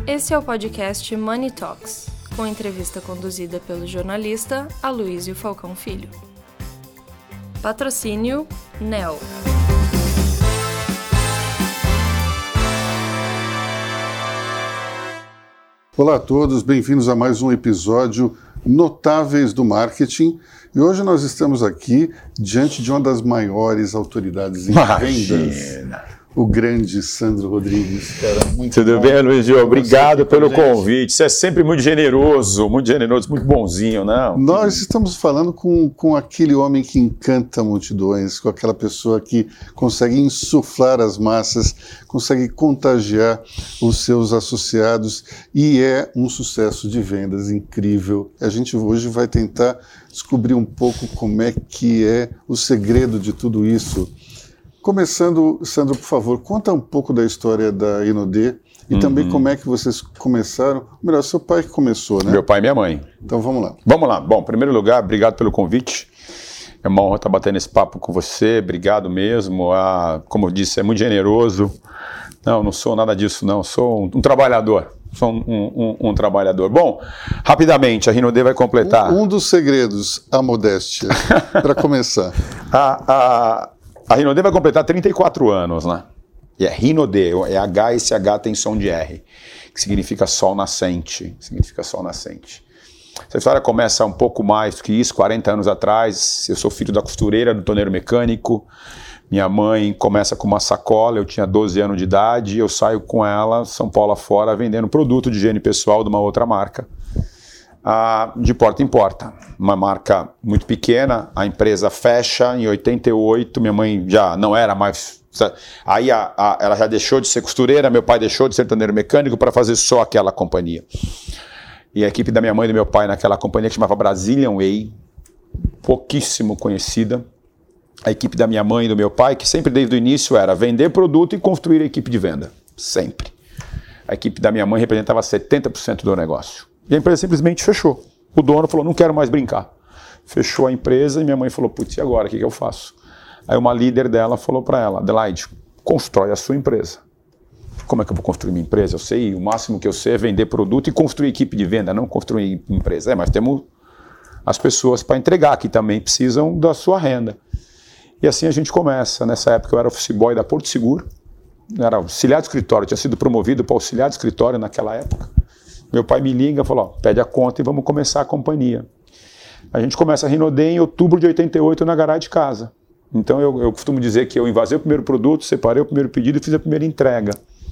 Esse é o podcast Money Talks, com entrevista conduzida pelo jornalista Aloysio Falcão Filho. Patrocínio NEO. Olá a todos, bem-vindos a mais um episódio Notáveis do Marketing. E hoje nós estamos aqui diante de uma das maiores autoridades em vendas, o grande Sandro Rodrigues. Cara, muito Tudo bom. bem, Aloysio? Obrigado pelo convite. Você é sempre muito generoso, muito bonzinho, não? Nós estamos falando com aquele homem que encanta multidões, com aquela pessoa que consegue insuflar as massas, consegue contagiar os seus associados e é um sucesso de vendas incrível. A gente hoje vai tentar descobrir um pouco como é que é o segredo de tudo isso. Começando, Sandro, por favor, conta um pouco da história da Rinode e também como é que vocês começaram. Melhor, seu pai que começou, né? Meu pai e minha mãe. Então vamos lá. Vamos lá. Bom, em primeiro lugar, obrigado pelo convite. É uma honra estar batendo esse papo com você. Obrigado mesmo. Como eu disse, é muito generoso. Não sou nada disso, não. Sou um trabalhador. Sou um trabalhador. Bom, rapidamente, a Rinode vai completar. Um dos segredos, a modéstia, para começar. A Rinode vai completar 34 anos, né? E é Rinode, é H, esse H tem som de R, que significa sol nascente. Essa história começa um pouco mais do que isso, 40 anos atrás. Eu sou filho da costureira, do torneiro mecânico. Minha mãe começa com uma sacola, eu tinha 12 anos de idade, eu saio com ela, São Paulo afora, vendendo produto de higiene pessoal de uma outra marca. De porta em porta, uma marca muito pequena, a empresa fecha em 88, minha mãe já não era mais, aí ela já deixou de ser costureira, meu pai deixou de ser torneiro mecânico para fazer só aquela companhia. E a equipe da minha mãe e do meu pai naquela companhia que chamava Brazilian Way, pouquíssimo conhecida, a equipe da minha mãe e do meu pai, que sempre desde o início era vender produto e construir a equipe de venda, sempre. A equipe da minha mãe representava 70% do negócio. E a empresa simplesmente fechou. O dono falou, não quero mais brincar. Fechou a empresa e minha mãe falou, putz, e agora? O que eu faço? Aí uma líder dela falou para ela, Adelaide, constrói a sua empresa. Como é que eu vou construir minha empresa? Eu sei, o máximo que eu sei é vender produto e construir equipe de venda, não construir empresa. Mas temos as pessoas para entregar, que também precisam da sua renda. E assim a gente começa. Nessa época eu era office boy da Porto Seguro, era auxiliar de escritório, tinha sido promovido para auxiliar de escritório naquela época. Meu pai me liga e falou, pede a conta e vamos começar a companhia. A gente começa a Rinode em outubro de 88 na garagem de casa. Então eu costumo dizer que eu invasei o primeiro produto, separei o primeiro pedido e fiz a primeira entrega.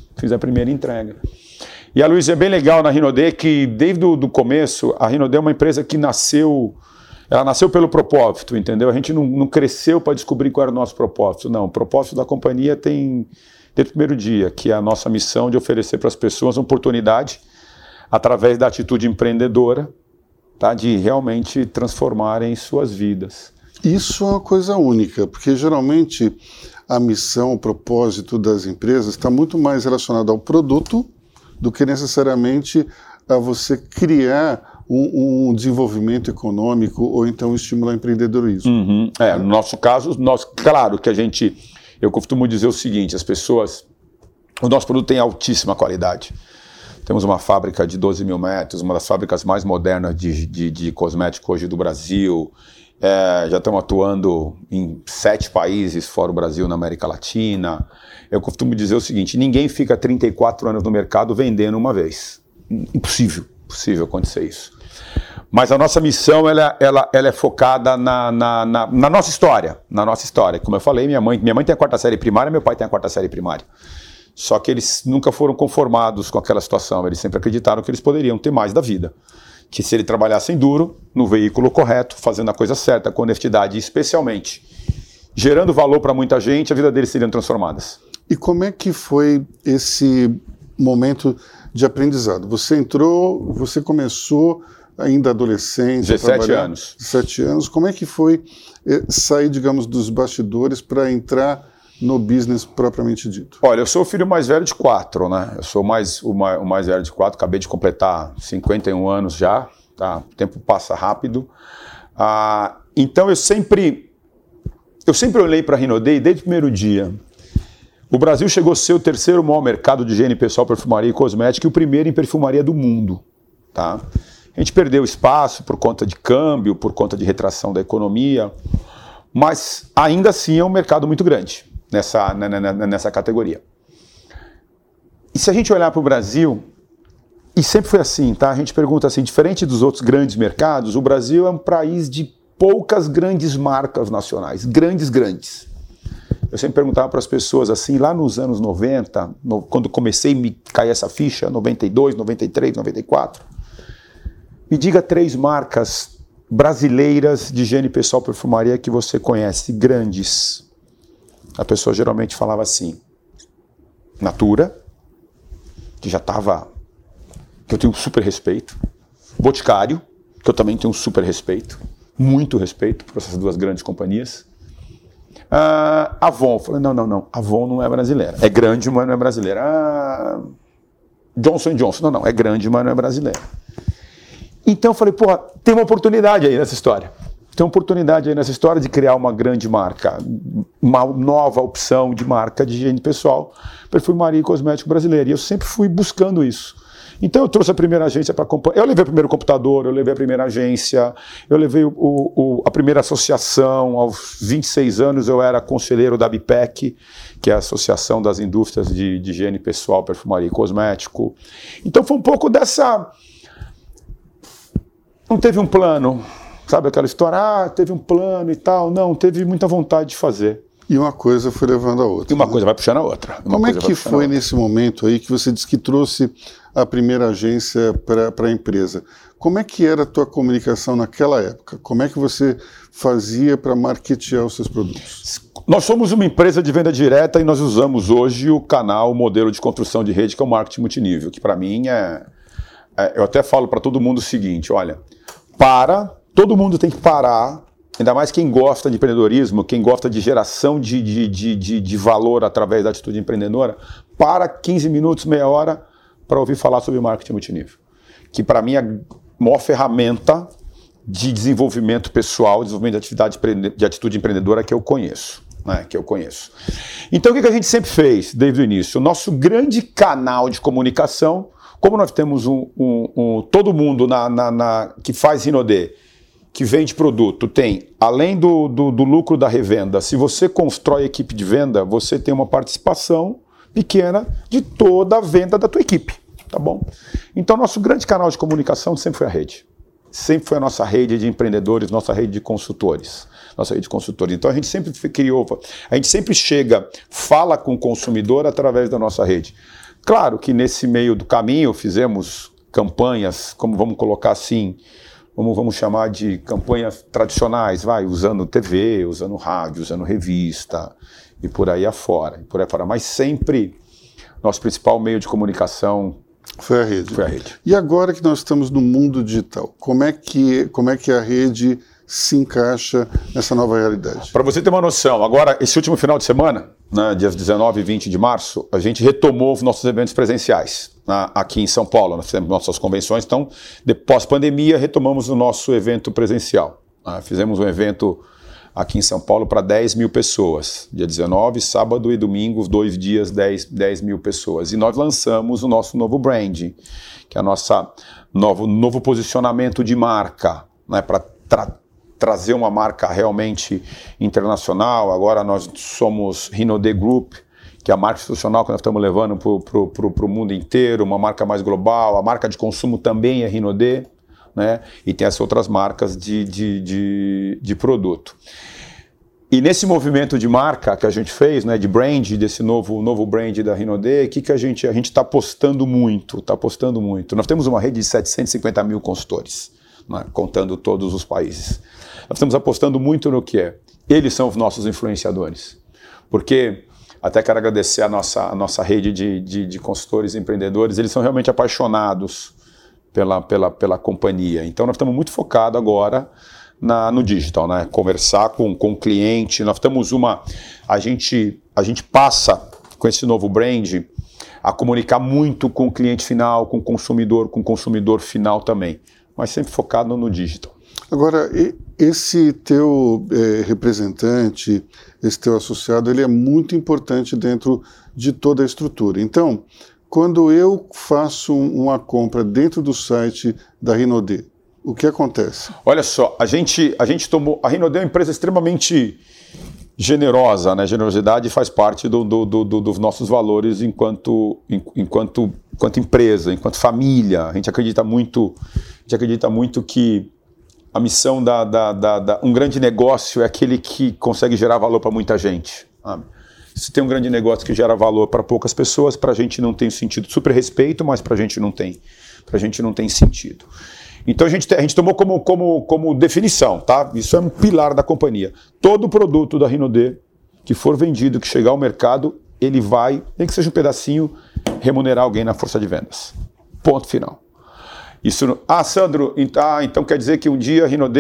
E a Luísa é bem legal na Rinode que desde o começo, a Rinode é uma empresa que nasceu pelo propósito, entendeu? A gente não cresceu para descobrir qual era o nosso propósito, não. O propósito da companhia tem desde o primeiro dia, que é a nossa missão de oferecer para as pessoas uma oportunidade através da atitude empreendedora, tá, de realmente transformarem suas vidas. Isso é uma coisa única, porque geralmente a missão, o propósito das empresas está muito mais relacionado ao produto do que necessariamente a você criar um desenvolvimento econômico ou então um estímulo ao empreendedorismo. No nosso caso, claro que eu costumo dizer o seguinte, o nosso produto tem altíssima qualidade. Temos uma fábrica de 12 mil metros, uma das fábricas mais modernas de cosmético hoje do Brasil. Já estamos atuando em 7 países fora o Brasil, na América Latina. Eu costumo dizer o seguinte, ninguém fica 34 anos no mercado vendendo uma vez. Impossível acontecer isso. Mas a nossa missão ela é focada na nossa história. Como eu falei, minha mãe tem a 4ª série primária, meu pai tem a 4ª série primária. Só que eles nunca foram conformados com aquela situação, eles sempre acreditaram que eles poderiam ter mais da vida. Que se ele trabalhassem duro, no veículo correto, fazendo a coisa certa, com honestidade, e especialmente gerando valor para muita gente, a vida deles seriam transformadas. E como é que foi esse momento de aprendizado? Você começou ainda adolescente, 17 anos. 17 anos. Como é que foi sair, digamos, dos bastidores para entrar no business propriamente dito? Olha, eu sou o filho mais velho de 4, né? Eu sou o mais velho de 4, acabei de completar 51 anos já, tá? O tempo passa rápido. Então eu sempre olhei para a Rinode desde o primeiro dia. O Brasil chegou a ser o terceiro maior mercado de higiene pessoal, perfumaria e cosmética e o primeiro em perfumaria do mundo. Tá? A gente perdeu espaço por conta de câmbio, por conta de retração da economia, mas ainda assim é um mercado muito grande nessa categoria. E se a gente olhar para o Brasil, e sempre foi assim, tá? A gente pergunta assim, diferente dos outros grandes mercados, o Brasil é um país de poucas grandes marcas nacionais, grandes. Eu sempre perguntava para as pessoas assim, lá nos anos 90, quando comecei a me cair essa ficha, 92, 93, 94, me diga 3 marcas brasileiras de higiene pessoal e perfumaria que você conhece, grandes. A pessoa geralmente falava assim, Natura, que já estava, que eu tenho super respeito, Boticário, que eu também tenho um super respeito, muito respeito por essas 2 grandes companhias. Avon, falei, não, Avon não é brasileira, é grande, mas não é brasileira. Johnson & Johnson, não, é grande, mas não é brasileira. Então eu falei, tem uma oportunidade aí nessa história. Tem uma oportunidade aí nessa história de criar uma grande marca, uma nova opção de marca de higiene pessoal, perfumaria e cosmético brasileira. E eu sempre fui buscando isso. Então eu trouxe a primeira agência para acompanhar. Eu levei o primeiro computador, eu levei a primeira agência, eu levei a primeira associação. Aos 26 anos eu era conselheiro da ABPEC, que é a Associação das Indústrias de Higiene Pessoal, Perfumaria e Cosmético. Então foi um pouco dessa... Não teve um plano, sabe aquela história, teve um plano e tal. Não, teve muita vontade de fazer. E uma coisa foi levando a outra. E uma coisa vai puxando a outra. Como é que foi nesse momento aí que você disse que trouxe a primeira agência para a empresa? Como é que era a tua comunicação naquela época? Como é que você fazia para marketear os seus produtos? Nós somos uma empresa de venda direta e nós usamos hoje o modelo de construção de rede, que é o marketing multinível, que para mim eu até falo para todo mundo o seguinte, olha, todo mundo tem que parar, ainda mais quem gosta de empreendedorismo, quem gosta de geração de valor através da atitude empreendedora, para 15 minutos, meia hora, para ouvir falar sobre marketing multinível. Que para mim é a maior ferramenta de desenvolvimento pessoal, desenvolvimento de atividade de atitude empreendedora que eu conheço. Então o que a gente sempre fez desde o início? O nosso grande canal de comunicação, como nós temos todo mundo que faz Rinodê, que vende produto, tem, além do lucro da revenda, se você constrói equipe de venda, você tem uma participação pequena de toda a venda da tua equipe, tá bom? Então, nosso grande canal de comunicação sempre foi a rede. Sempre foi a nossa rede de empreendedores, nossa rede de consultores. Então, a gente sempre fala com o consumidor através da nossa rede. Claro que nesse meio do caminho fizemos campanhas, como vamos colocar assim, vamos chamar de campanhas tradicionais, usando TV, usando rádio, usando revista e por aí afora. Mas sempre nosso principal meio de comunicação foi a rede. E agora que nós estamos no mundo digital, como é que a rede se encaixa nessa nova realidade? Para você ter uma noção, agora, esse último final de semana, dias 19 e 20 de março, a gente retomou os nossos eventos presenciais aqui em São Paulo. Nós fizemos nossas convenções, então, pós-pandemia, retomamos o nosso evento presencial. Fizemos um evento aqui em São Paulo para 10 mil pessoas. Dia 19, sábado e domingo, 2 dias, 10 mil pessoas. E nós lançamos o nosso novo brand, que é o nosso novo posicionamento de marca, para trazer uma marca realmente internacional. Agora nós somos Rinodê Group, que é a marca institucional que nós estamos levando para o mundo inteiro, uma marca mais global. A marca de consumo também é Rinodê, e tem as outras marcas de produto. E nesse movimento de marca que a gente fez, de brand, desse novo brand da Rinodê, que a gente está apostando muito, Nós temos uma rede de 750 mil consultores, contando todos os países. Nós estamos apostando muito no que é. Eles são os nossos influenciadores. Porque, até quero agradecer a nossa rede de consultores e empreendedores, eles são realmente apaixonados pela companhia. Então nós estamos muito focados agora no digital, conversar com o cliente. Nós temos a gente passa com esse novo brand a comunicar muito com o cliente final, com o consumidor final também, mas sempre focado no digital. Agora, Esse teu representante, esse teu associado, ele é muito importante dentro de toda a estrutura. Então, quando eu faço uma compra dentro do site da Rinode, o que acontece? Olha só, a gente tomou... A Rinode é uma empresa extremamente generosa, né? Generosidade faz parte dos nossos valores enquanto empresa, enquanto família. A gente acredita muito que a missão um grande negócio é aquele que consegue gerar valor para muita gente. Sabe? Se tem um grande negócio que gera valor para poucas pessoas, para a gente não tem sentido. Super respeito, mas para a gente não tem. Para a gente não tem sentido. Então a gente tomou como definição, tá? Isso é um pilar da companhia. Todo produto da Rinode que for vendido, que chegar ao mercado, ele vai, nem que seja um pedacinho, remunerar alguém na força de vendas. Ponto final. Isso, Sandro, então quer dizer que um dia a Rinode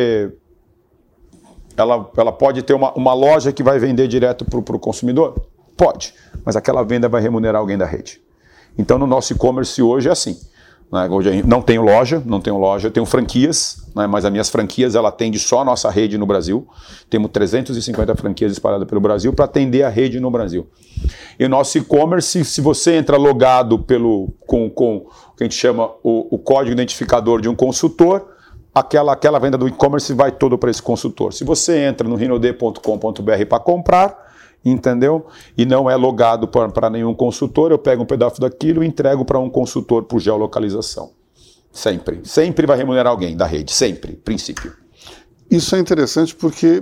ela pode ter uma loja que vai vender direto para o consumidor? Pode, mas aquela venda vai remunerar alguém da rede. Então no nosso e-commerce hoje é assim. Né? Hoje não tenho loja, eu tenho franquias, né? Mas as minhas franquias ela atende só a nossa rede no Brasil. Temos 350 franquias espalhadas pelo Brasil para atender a rede no Brasil. E o nosso e-commerce, se você entra logado com o que a gente chama o código identificador de um consultor, aquela venda do e-commerce vai todo para esse consultor. Se você entra no rinode.com.br para comprar, entendeu? E não é logado para nenhum consultor, eu pego um pedaço daquilo e entrego para um consultor por geolocalização. Sempre. Sempre vai remunerar alguém da rede. Sempre. Princípio. Isso é interessante porque,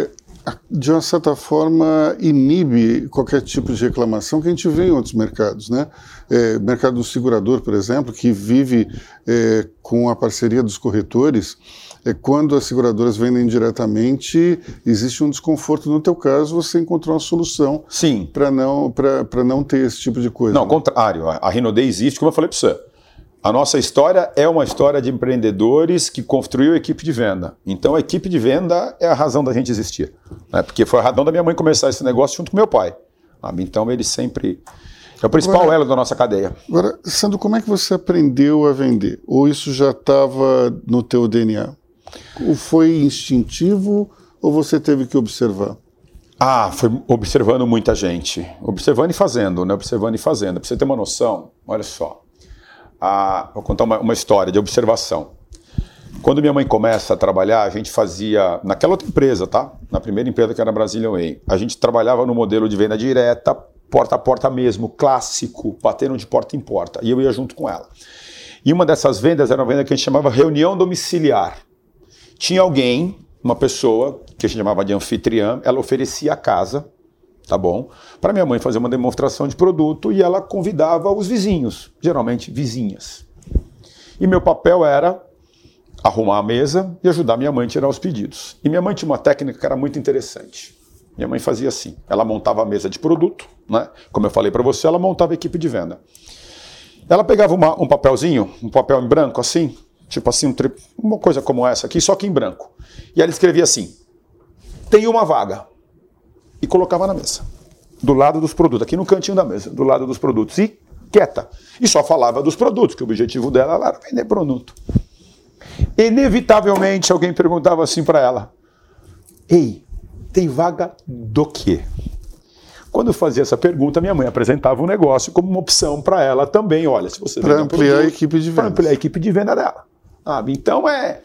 de uma certa forma, inibe qualquer tipo de reclamação que a gente vê em outros mercados, né? Mercado do segurador, por exemplo, que vive com a parceria dos corretores. Quando as seguradoras vendem diretamente, existe um desconforto. No teu caso, você encontrou uma solução para não ter esse tipo de coisa. Não, ao contrário. A Rinode existe, como eu falei para você. A nossa história é uma história de empreendedores que construiu a equipe de venda. Então a equipe de venda é a razão da gente existir. Né? Porque foi a razão da minha mãe começar esse negócio junto com meu pai. Então ele sempre... É o principal elo da nossa cadeia. Agora, Sandro, como é que você aprendeu a vender? Ou isso já estava no teu DNA? Ou foi instintivo ou você teve que observar? Foi observando muita gente. Observando e fazendo, né? Observando e fazendo. Para você ter uma noção, olha só. Vou contar uma história de observação. Quando minha mãe começa a trabalhar, a gente fazia... Naquela outra empresa, tá? Na primeira empresa que era a Brazilian Way. A gente trabalhava no modelo de venda direta, porta a porta mesmo, clássico, batendo de porta em porta. E eu ia junto com ela. E uma dessas vendas era uma venda que a gente chamava reunião domiciliar. Tinha alguém, uma pessoa, que a gente chamava de anfitriã, ela oferecia a casa, tá bom? Para minha mãe fazer uma demonstração de produto e ela convidava os vizinhos, geralmente vizinhas. E meu papel era arrumar a mesa e ajudar minha mãe a tirar os pedidos. E minha mãe tinha uma técnica que era muito interessante. Minha mãe fazia assim, ela montava a mesa de produto, né? Como eu falei para você, ela montava a equipe de venda. Ela pegava um papelzinho, um papel em branco assim, tipo assim, uma coisa como essa aqui, só que em branco. E ela escrevia assim, tem uma vaga. E colocava na mesa, do lado dos produtos, aqui no cantinho da mesa, do lado dos produtos. E quieta. E só falava dos produtos, que o objetivo dela era vender produto. Inevitavelmente alguém perguntava assim para ela, ei, tem vaga do quê? Quando eu fazia essa pergunta, minha mãe apresentava um negócio como uma opção para ela também. Olha, se você para ampliar a equipe de venda. Para ampliar a equipe de venda dela. Então é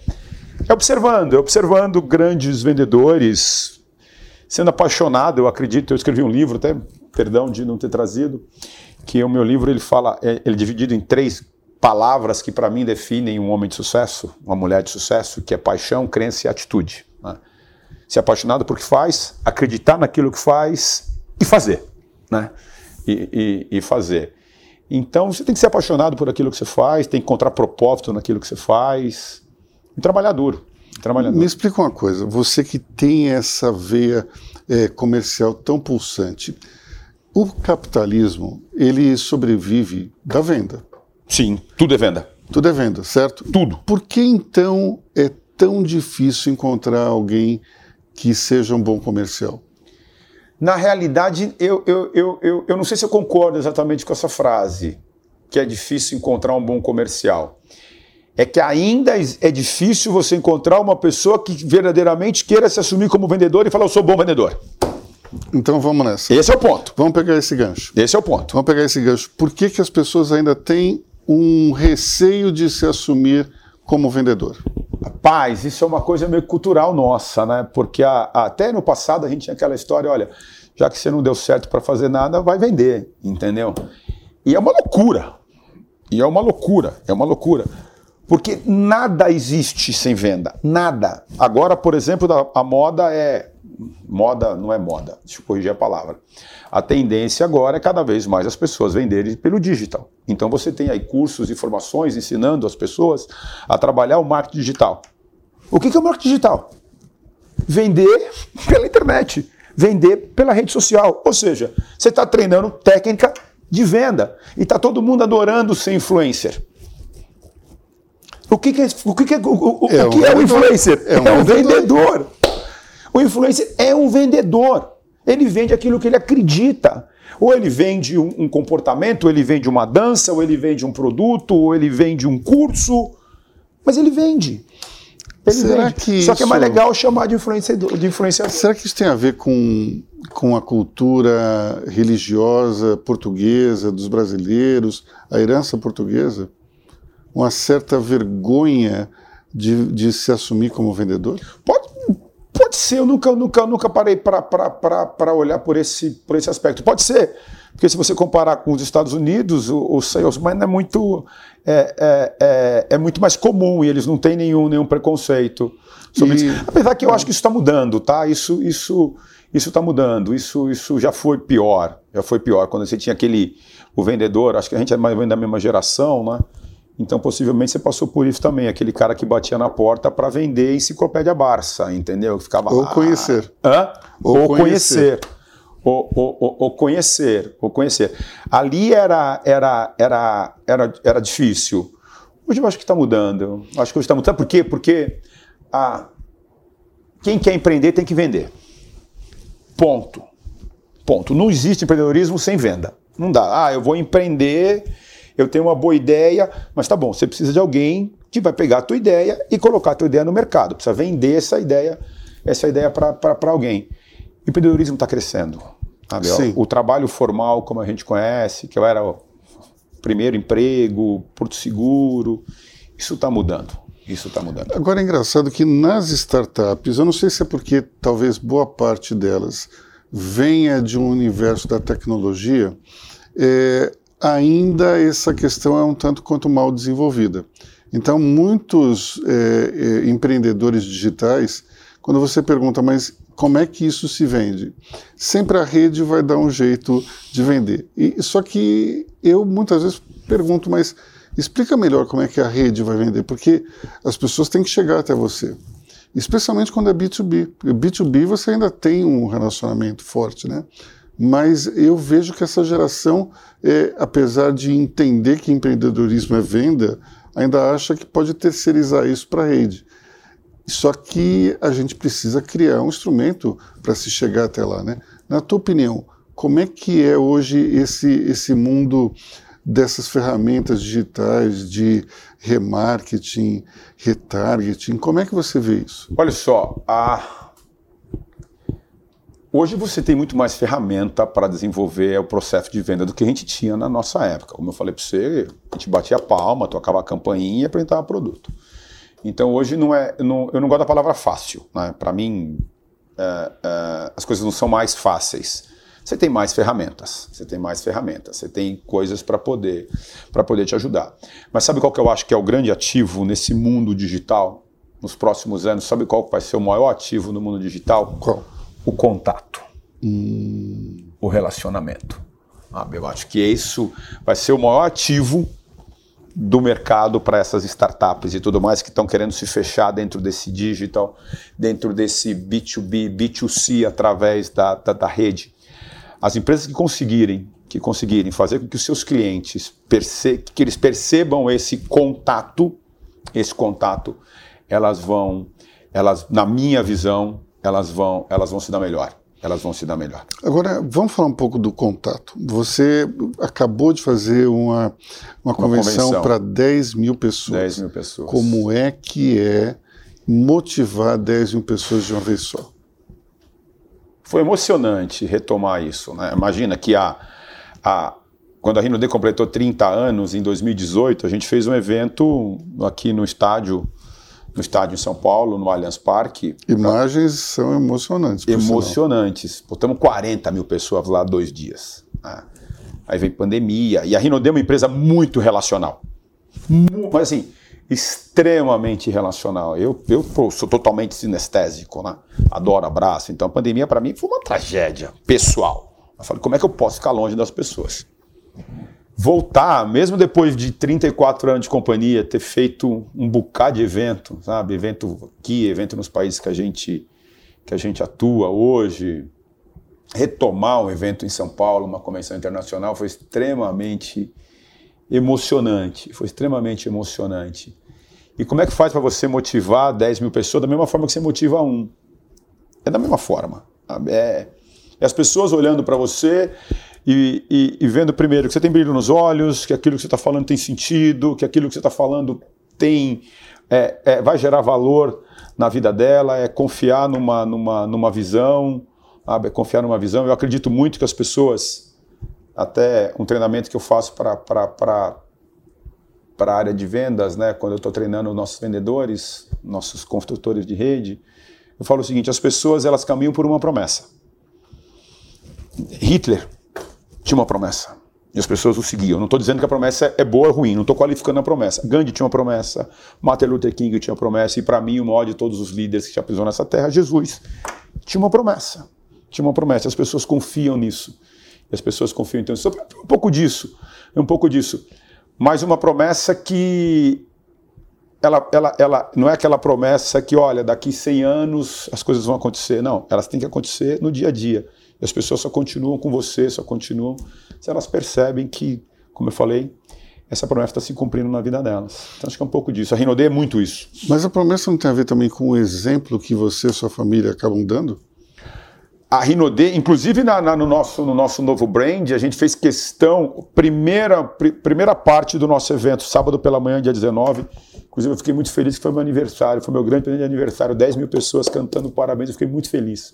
observando grandes vendedores, sendo apaixonado, eu acredito. Eu escrevi um livro, até perdão de não ter trazido, que o meu livro ele é dividido em 3 palavras que para mim definem um homem de sucesso, uma mulher de sucesso, que é paixão, crença e atitude. Né? Ser apaixonado por que faz, acreditar naquilo que faz e fazer, né? E fazer. Então você tem que ser apaixonado por aquilo que você faz, tem que encontrar propósito naquilo que você faz e trabalhar duro. Me explica uma coisa, você que tem essa veia comercial tão pulsante, o capitalismo, ele sobrevive da venda. Sim, tudo é venda. Tudo é venda, certo? Tudo. Por que então é tão difícil encontrar alguém que seja um bom comercial? Na realidade, eu não sei se eu concordo exatamente com essa frase, que é difícil encontrar um bom comercial. É que ainda é difícil você encontrar uma pessoa que verdadeiramente queira se assumir como vendedor e falar, eu sou bom vendedor. Então vamos nessa. Esse é o ponto. Vamos pegar esse gancho. Esse é o ponto. Vamos pegar esse gancho. Por que as pessoas ainda têm um receio de se assumir como vendedor? Rapaz, isso é uma coisa meio cultural nossa, né? Porque até no passado a gente tinha aquela história, olha, já que você não deu certo para fazer nada, vai vender, entendeu? E é uma loucura. E é uma loucura. Porque nada existe sem venda. Nada. Agora, por exemplo, a moda é... Moda não é moda, deixa eu corrigir a palavra. A tendência agora é cada vez mais as pessoas venderem pelo digital. Então você tem aí cursos e formações ensinando as pessoas a trabalhar o marketing digital. O que é o marketing digital? Vender pela internet, vender pela rede social. Ou seja, você está treinando técnica de venda e está todo mundo adorando ser influencer. O que é o influencer? É um vendedor. O influencer é um vendedor. Ele vende aquilo que ele acredita. Ou ele vende um comportamento, ou ele vende uma dança, ou ele vende um produto, ou ele vende um curso. Mas ele vende. Só que é mais legal chamar de influenciador. Será que isso tem a ver com a cultura religiosa portuguesa, dos brasileiros, a herança portuguesa? Uma certa vergonha de se assumir como vendedor? Pode ser, eu nunca parei para olhar por esse aspecto. Pode ser, porque se você comparar com os Estados Unidos, o salesman é muito mais comum e eles não têm nenhum preconceito sobre isso. Apesar que eu acho que isso está mudando, tá? Isso está mudando, isso já foi pior. Quando você tinha o vendedor, acho que a gente é mais ou menos da mesma geração, né? Então, possivelmente, você passou por isso também. Aquele cara que batia na porta para vender enciclopédia Barça, entendeu? Que ficava ou conhecer. Ou conhecer. Ali era difícil. Hoje eu acho que está mudando. Sabe por quê? Porque quem quer empreender tem que vender. Ponto. Não existe empreendedorismo sem venda. Não dá. Eu vou empreender... Eu tenho uma boa ideia, mas tá bom, você precisa de alguém que vai pegar a tua ideia e colocar a tua ideia no mercado. Precisa vender essa ideia para alguém. O empreendedorismo está crescendo. Sabe? O trabalho formal, como a gente conhece, que era o primeiro emprego, Porto Seguro, isso está mudando. Agora é engraçado que nas startups, eu não sei se é porque talvez boa parte delas venha de um universo da tecnologia, ainda essa questão é um tanto quanto mal desenvolvida. Então, muitos empreendedores digitais, quando você pergunta, mas como é que isso se vende? Sempre a rede vai dar um jeito de vender. Só que eu muitas vezes pergunto, mas explica melhor como é que a rede vai vender, porque as pessoas têm que chegar até você. Especialmente quando é B2B. B2B você ainda tem um relacionamento forte, né? Mas eu vejo que essa geração, apesar de entender que empreendedorismo é venda, ainda acha que pode terceirizar isso para a rede. Só que a gente precisa criar um instrumento para se chegar até lá, né? Na tua opinião, como é que é hoje esse mundo dessas ferramentas digitais de remarketing, retargeting? Como é que você vê isso? Olha só, hoje você tem muito mais ferramenta para desenvolver o processo de venda do que a gente tinha na nossa época. Como eu falei para você, a gente batia a palma, tocava a campainha e apresentava produto. Então hoje eu não gosto da palavra fácil, né? Para mim, as coisas não são mais fáceis. Você tem mais ferramentas, você tem coisas para poder te ajudar. Mas sabe qual que eu acho que é o grande ativo nesse mundo digital? Nos próximos anos, sabe qual vai ser o maior ativo no mundo digital? Qual? O contato, o relacionamento. Eu acho que isso vai ser o maior ativo do mercado para essas startups e tudo mais que estão querendo se fechar dentro desse digital, dentro desse B2B, B2C através da rede. As empresas que conseguirem fazer com que os seus clientes que eles percebam esse contato, elas, na minha visão, elas vão se dar melhor. elas vão se dar melhor. Agora, vamos falar um pouco do contato. Você acabou de fazer uma convenção para 10 mil pessoas. 10 mil pessoas. Como é que é motivar 10 mil pessoas de uma vez só? Foi emocionante retomar isso, né? Imagina que quando a Rinode completou 30 anos, em 2018, a gente fez um evento aqui no estádio em São Paulo, no Allianz Parque. Imagens são emocionantes. Emocionantes. Botamos 40 mil pessoas lá 2 dias. Né? Aí veio pandemia. E a Rinode é uma empresa muito relacional. Mas assim, extremamente relacional. Eu sou totalmente sinestésico, né? Adoro abraço. Então a pandemia para mim foi uma tragédia pessoal. Eu falei, como é que eu posso ficar longe das pessoas? Voltar, mesmo depois de 34 anos de companhia, ter feito um bocado de evento, sabe? Evento aqui, evento nos países que a gente atua hoje, retomar um evento em São Paulo, uma convenção internacional, foi extremamente emocionante. E como é que faz para você motivar 10 mil pessoas da mesma forma que você motiva um? É da mesma forma. É as pessoas olhando para você e vendo primeiro que você tem brilho nos olhos, que aquilo que você está falando tem sentido, que aquilo que você está falando vai gerar valor na vida dela, é confiar numa visão, sabe? É confiar numa visão. Eu acredito muito que as pessoas, até um treinamento que eu faço para a área de vendas, né? Quando eu estou treinando nossos vendedores, nossos construtores de rede, eu falo o seguinte, as pessoas elas caminham por uma promessa. Hitler tinha uma promessa e as pessoas o seguiam. Não estou dizendo que a promessa é boa ou ruim, não estou qualificando a promessa. Gandhi tinha uma promessa, Martin Luther King tinha uma promessa e para mim o maior de todos os líderes que já pisou nessa terra, Jesus, tinha uma promessa. As pessoas confiam nisso. E as pessoas confiam. Então, é um pouco disso. Mas uma promessa que ela não é aquela promessa que, olha, daqui 100 anos as coisas vão acontecer. Não, elas têm que acontecer no dia a dia. E as pessoas só continuam com você, só continuam se elas percebem que, como eu falei, essa promessa está se cumprindo na vida delas. Então acho que é um pouco disso. A Rinode é muito isso. Mas a promessa não tem a ver também com o exemplo que você e sua família acabam dando? A Rinode, inclusive no nosso novo brand, a gente fez questão, primeira parte do nosso evento, sábado pela manhã, dia 19, inclusive eu fiquei muito feliz que foi meu aniversário, foi meu grande presente de aniversário, 10 mil pessoas cantando parabéns, eu fiquei muito feliz.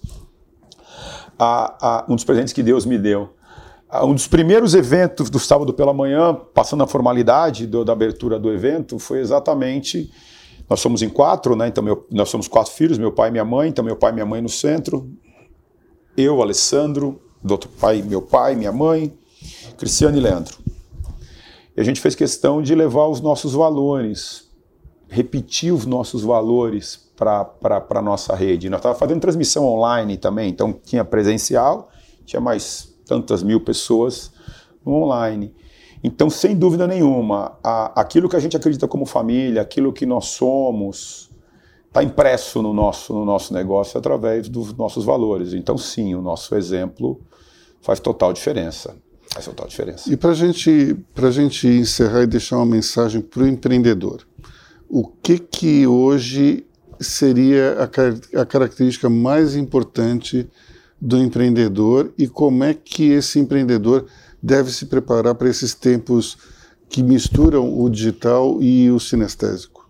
Um dos presentes que Deus me deu. Um dos primeiros eventos do sábado pela manhã, passando a formalidade da abertura do evento, foi exatamente, nós somos em 4, né? Então nós somos 4 filhos, meu pai e minha mãe, então meu pai e minha mãe no centro, eu, Alessandro, do outro pai, meu pai, minha mãe, Cristiano e Leandro. E a gente fez questão de levar os nossos valores, repetir os nossos valores para a nossa rede. Nós estávamos fazendo transmissão online também, então tinha presencial, tinha mais tantas mil pessoas no online. Então, sem dúvida nenhuma, aquilo que a gente acredita como família, aquilo que nós somos, está impresso no nosso negócio através dos nossos valores. Então, sim, o nosso exemplo faz total diferença. E para a gente encerrar e deixar uma mensagem para o empreendedor, o que hoje seria a característica mais importante do empreendedor e como é que esse empreendedor deve se preparar para esses tempos que misturam o digital e o sinestésico?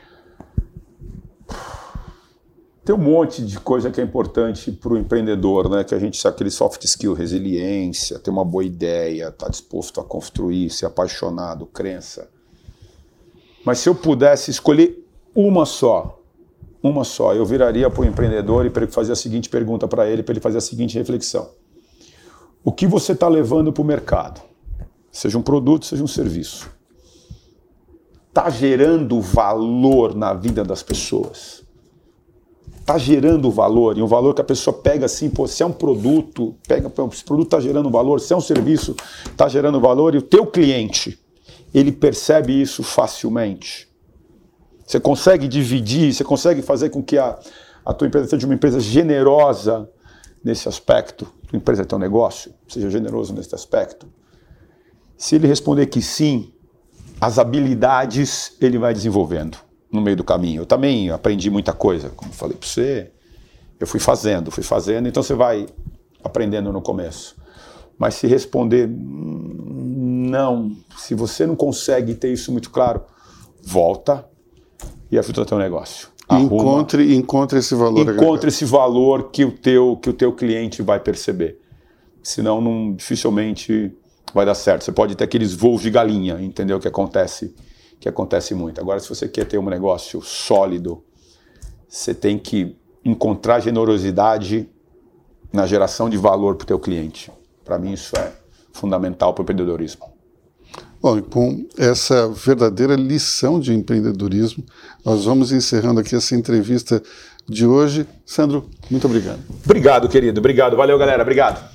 Tem um monte de coisa que é importante para o empreendedor, né? Que a gente sabe, aquele soft skill, resiliência, ter uma boa ideia, estar disposto a construir, ser apaixonado, crença. Mas se eu pudesse escolher uma só, eu viraria para o empreendedor e fazer a seguinte pergunta para ele fazer a seguinte reflexão. O que você está levando para o mercado? Seja um produto, seja um serviço. Está gerando valor na vida das pessoas? Está gerando valor, e um valor que a pessoa pega assim, pô, se é um produto, esse produto está gerando valor, se é um serviço, está gerando valor, e o teu cliente, ele percebe isso facilmente. Você consegue dividir, você consegue fazer com que a tua empresa seja uma empresa generosa nesse aspecto, tua empresa, teu negócio, seja generoso nesse aspecto. Se ele responder que sim, as habilidades ele vai desenvolvendo no meio do caminho. Eu também aprendi muita coisa, como falei para você, Eu fui fazendo, então você vai aprendendo no começo. Mas se responder não, se você não consegue ter isso muito claro, volta e ajuda o teu negócio. Encontre esse valor. Encontre esse valor que o teu cliente vai perceber. Senão, dificilmente vai dar certo. Você pode ter aqueles voos de galinha, entendeu? Que acontece muito. Agora, se você quer ter um negócio sólido, você tem que encontrar generosidade na geração de valor para o teu cliente. Para mim, isso é fundamental para o empreendedorismo. Bom, com essa verdadeira lição de empreendedorismo, nós vamos encerrando aqui essa entrevista de hoje. Sandro, muito obrigado. Obrigado, querido. Obrigado. Valeu, galera. Obrigado.